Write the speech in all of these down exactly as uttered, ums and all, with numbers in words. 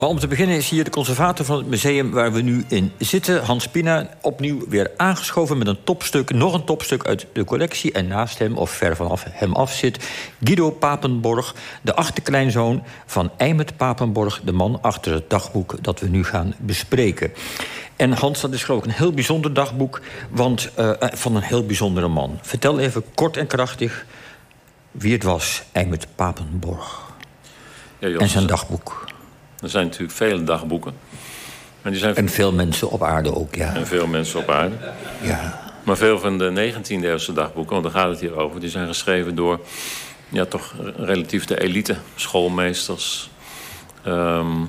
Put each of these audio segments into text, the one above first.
Maar om te beginnen is hier de conservator van het museum waar we nu in zitten, Hans Pina, opnieuw weer aangeschoven met een topstuk, nog een topstuk uit de collectie. En naast hem, of ver vanaf hem af, zit Guido Papenborg, de achterkleinzoon van Eimert Papenborg, de man achter het dagboek dat we nu gaan bespreken. En Hans, dat is geloof ik een heel bijzonder dagboek, want uh, van een heel bijzondere man. Vertel even kort en krachtig wie het was, Eimert Papenborg. Ja, Jos, en zijn dagboek. Er zijn natuurlijk vele dagboeken. Maar die zijn... En veel mensen op aarde ook, ja. En veel mensen op aarde. Ja. Maar veel van de negentiende eeuwse dagboeken, want daar gaat het hier over, die zijn geschreven door ja, toch relatief de elite, schoolmeesters. Um,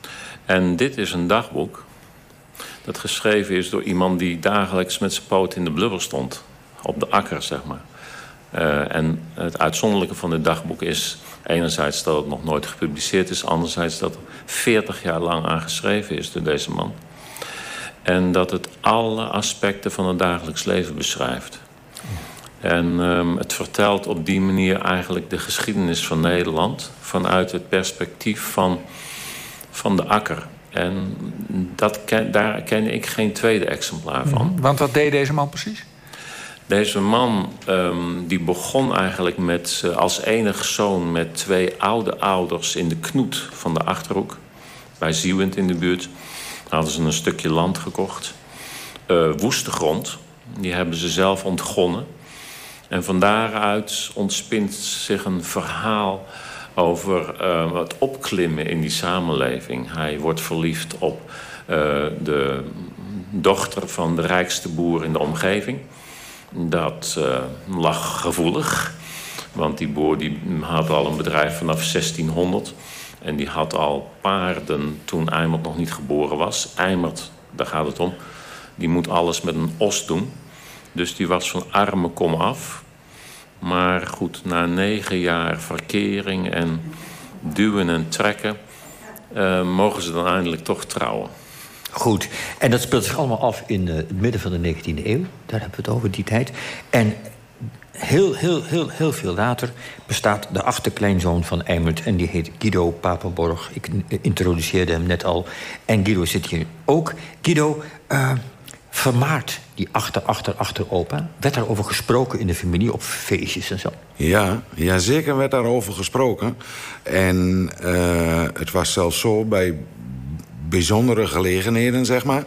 en dit is een dagboek dat geschreven is door iemand die dagelijks met zijn poot in de blubber stond. Op de akker, zeg maar. Uh, en het uitzonderlijke van dit dagboek is enerzijds dat het nog nooit gepubliceerd is, anderzijds dat er veertig jaar lang aan geschreven is door deze man. En dat het alle aspecten van het dagelijks leven beschrijft. En um, het vertelt op die manier eigenlijk de geschiedenis van Nederland vanuit het perspectief van, van de akker. En dat ken, daar ken ik geen tweede exemplaar van. Mm-hmm. Want wat deed deze man precies? Deze man um, die begon eigenlijk met, uh, als enig zoon met twee oude ouders in de knoet van de Achterhoek. Bij Zieuwent in de buurt. Daar hadden ze een stukje land gekocht. Uh, woeste grond. Die hebben ze zelf ontgonnen. En van daaruit ontspint zich een verhaal over uh, het opklimmen in die samenleving. Hij wordt verliefd op uh, de dochter van de rijkste boer in de omgeving. Dat uh, lag gevoelig. Want die boer die had al een bedrijf vanaf zestienhonderd. En die had al paarden toen Eimert nog niet geboren was. Eimert, daar gaat het om, die moet alles met een os doen. Dus die was van arme kom af. Maar goed, na negen jaar verkering en duwen en trekken Uh, mogen ze dan eindelijk toch trouwen. Goed, en dat speelt zich allemaal af in uh, het midden van de negentiende eeuw. Daar hebben we het over, die tijd. En heel, heel, heel, heel veel later bestaat de achterkleinzoon van Eimert. En die heet Guido Papenborg. Ik introduceerde hem net al. En Guido zit hier ook. Guido, uh, vermaard die achter, achter, achteropa. Werd daarover gesproken in de familie op feestjes en zo? Ja, ja, zeker werd daarover gesproken. En uh, het was zelfs zo bij bijzondere gelegenheden, zeg maar.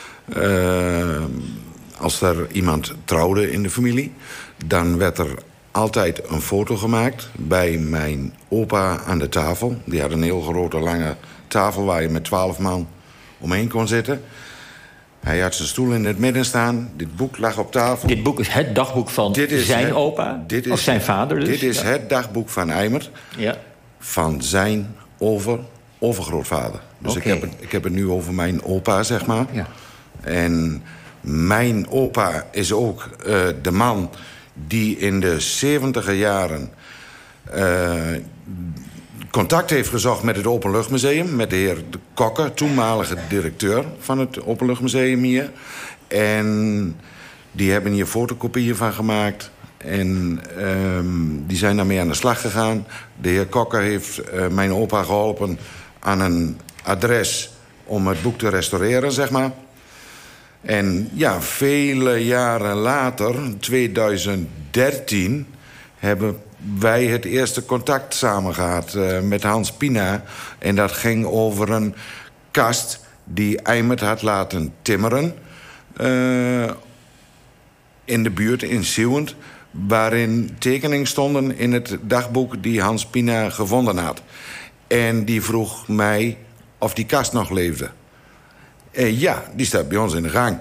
Uh, als er iemand trouwde in de familie, dan werd er altijd een foto gemaakt bij mijn opa aan de tafel. Die had een heel grote, lange tafel waar je met twaalf man omheen kon zitten. Hij had zijn stoel in het midden staan. Dit boek lag op tafel. Dit boek is het dagboek van zijn het, opa? Dit is, of zijn vader dus? Dit is ja. het dagboek van Eimert. Ja. Van zijn over, overgrootvader. Dus okay. ik, heb het, ik heb het nu over mijn opa, zeg maar. Ja. En mijn opa is ook uh, de man die in de zeventiger jaren Uh, contact heeft gezocht met het Openluchtmuseum, met de heer de Kokker, toenmalige directeur van het Openluchtmuseum hier. En die hebben hier fotokopieën van gemaakt. En um, die zijn daarmee aan de slag gegaan. De heer Kokker heeft uh, mijn opa geholpen aan een adres om het boek te restaureren, zeg maar. En ja, vele jaren later, tweeduizend dertien, hebben wij het eerste contact samen gehad uh, met Hans Pina. En dat ging over een kast die Eimert had laten timmeren Uh, in de buurt in Zieuwent, waarin tekeningen stonden in het dagboek die Hans Pina gevonden had. En die vroeg mij of die kast nog leefde. Uh, ja, die staat bij ons in de gang.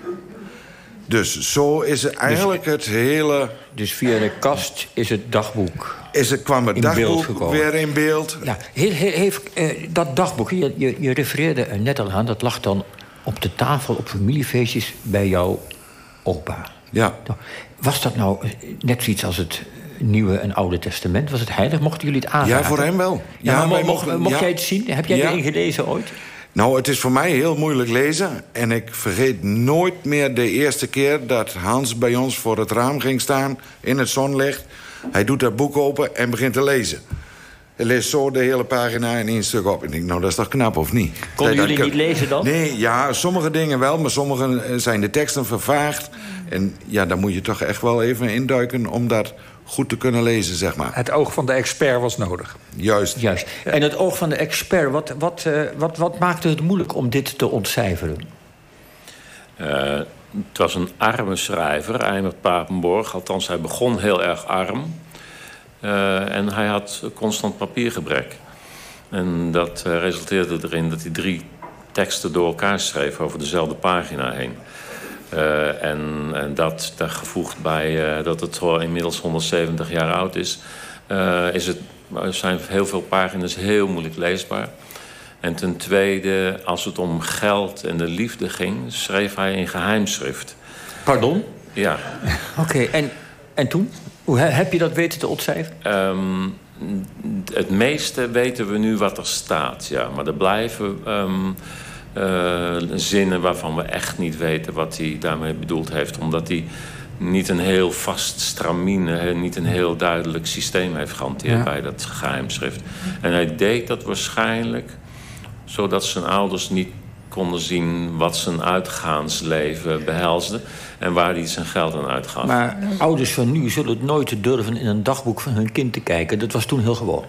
Dus zo is het eigenlijk dus, het hele. Dus via de kast is het dagboek is het, kwam het in dagboek weer in beeld. Ja, he, he, heeft, uh, dat dagboek, je, je, je refereerde er net al aan, dat lag dan op de tafel op familiefeestjes bij jouw opa. Ja. Was dat nou net zoiets als het Nieuwe en Oude Testament? Was het heilig? Mochten jullie het aanraken? Ja, voor hem wel. Ja, ja, maar mocht, mochten, mocht ja. jij het zien? Heb jij ja. erin gelezen ooit? Nou, het is voor mij heel moeilijk lezen. En ik vergeet nooit meer de eerste keer dat Hans bij ons voor het raam ging staan in het zonlicht. Hij doet dat boek open en begint te lezen. Hij leest zo de hele pagina in één stuk op. Ik denk, nou, dat is toch knap, of niet? Konden dat, jullie dat, niet lezen dan? Nee, ja, sommige dingen wel, maar sommige zijn de teksten vervaagd. En ja, daar moet je toch echt wel even induiken om dat goed te kunnen lezen, zeg maar. Het oog van de expert was nodig. Juist. Juist. En het oog van de expert, wat, wat, uh, wat, wat maakte het moeilijk om dit te ontcijferen? Uh, het was een arme schrijver, Eimert Papenborg. Althans, hij begon heel erg arm. Uh, en hij had constant papiergebrek. En dat uh, resulteerde erin dat hij drie teksten door elkaar schreef over dezelfde pagina heen. Uh, en, en dat daar gevoegd bij uh, dat het inmiddels honderdzeventig jaar oud is, uh, is het, zijn heel veel pagina's heel moeilijk leesbaar. En ten tweede, als het om geld en de liefde ging, schreef hij in geheimschrift. Pardon? Ja. Oké, okay, en, en toen? Hoe heb je dat weten te ontcijferen? Um, het meeste weten we nu wat er staat, ja. Maar er blijven um, uh, zinnen waarvan we echt niet weten wat hij daarmee bedoeld heeft. Omdat hij niet een heel vast stramine, niet een heel duidelijk systeem heeft gehanteerd, ja, bij dat geheimschrift. En hij deed dat waarschijnlijk zodat zijn ouders niet konden zien wat zijn uitgaansleven behelsde en waar hij zijn geld aan uitgaf. Maar ouders van nu zullen het nooit durven in een dagboek van hun kind te kijken. Dat was toen heel gewoon.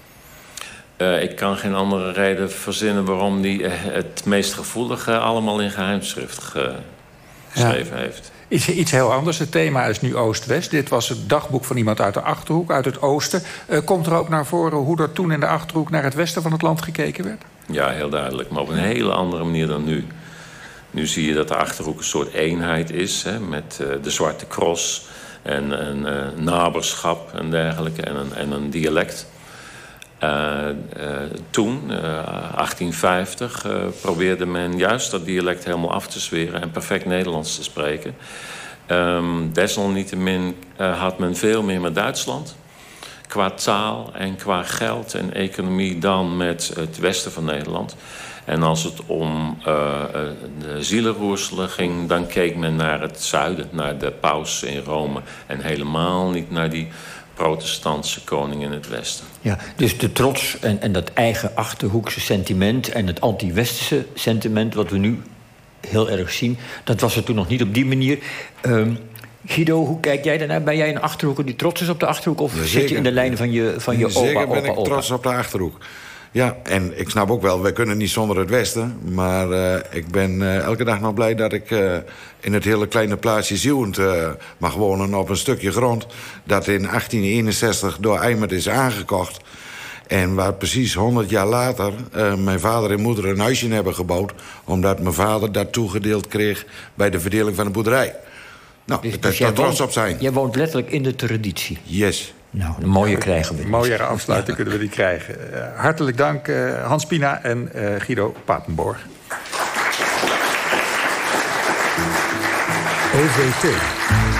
Uh, ik kan geen andere reden verzinnen waarom hij uh, het meest gevoelige allemaal in geheimschrift geschreven, ja, heeft. Iets, iets heel anders. Het thema is nu Oost-West. Dit was het dagboek van iemand uit de Achterhoek, uit het oosten. Uh, komt er ook naar voren hoe er toen in de Achterhoek naar het westen van het land gekeken werd? Ja, heel duidelijk. Maar op een hele andere manier dan nu. Nu zie je dat de Achterhoek een soort eenheid is, hè, met uh, de Zwarte Cross en een uh, naberschap en dergelijke en een, en een dialect. Uh, uh, toen, uh, achttien vijftig, uh, probeerde men juist dat dialect helemaal af te zweren en perfect Nederlands te spreken. Um, desalniettemin uh, had men veel meer met Duitsland qua taal en qua geld en economie dan met het westen van Nederland. En als het om uh, de zielenroerselen ging, dan keek men naar het zuiden, naar de paus in Rome en helemaal niet naar die protestantse koning in het westen. Ja, dus de trots en, en dat eigen Achterhoekse sentiment en het anti-westerse sentiment wat we nu heel erg zien, dat was er toen nog niet op die manier. Um, Guido, hoe kijk jij daarnaar? Ben jij een Achterhoeker die trots is op de Achterhoek? Of ja, zit je in de lijn van je, van je opa, opa, Zeker ben opa, ik opa? trots op de Achterhoek. Ja, en ik snap ook wel, wij kunnen niet zonder het Westen. Maar uh, ik ben uh, elke dag nog blij dat ik uh, in het hele kleine plaatsje Zieuwent uh, mag wonen op een stukje grond dat in achttien eenenzestig door Eimert is aangekocht. En waar precies honderd jaar later uh, mijn vader en moeder een huisje hebben gebouwd, omdat mijn vader dat toegedeeld kreeg bij de verdeling van de boerderij. Nou, dus, daar kan ik trots op zijn. Jij woont letterlijk in de traditie. Yes. Nou, een mooie krijgen we. Een mooiere afsluiting kunnen we die krijgen. Uh, hartelijk dank uh, Hans Pina en uh, Guido Papenborg. O V T